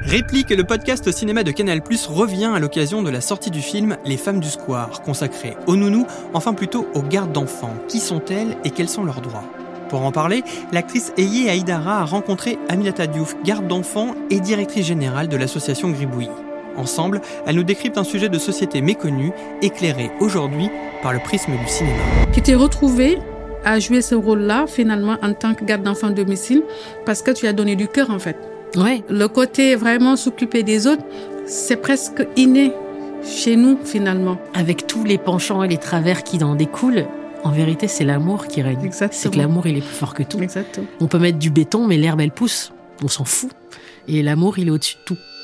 Réplique, le podcast cinéma de Canal+ revient à l'occasion de la sortie du film Les Femmes du Square, consacré aux nounous, enfin plutôt aux gardes d'enfants. Qui sont-elles et quels sont leurs droits ? Pour en parler, l'actrice Eye Aïdara a rencontré Aminata Diouf, garde d'enfants et directrice générale de l'association Gribouillis. Ensemble, elle nous décrypte un sujet de société méconnu, éclairé aujourd'hui par le prisme du cinéma. Tu t'es retrouvée à jouer ce rôle-là, finalement, en tant que garde d'enfants de domicile, parce que tu as donné du cœur, en fait. Ouais. Le côté vraiment s'occuper des autres, c'est presque inné chez nous, finalement. Avec tous les penchants et les travers qui en découlent, en vérité, c'est l'amour qui règne. Exactement. C'est que l'amour, il est plus fort que tout. Exactement. On peut mettre du béton, mais l'herbe, elle pousse. On s'en fout. Et l'amour, il est au-dessus de tout.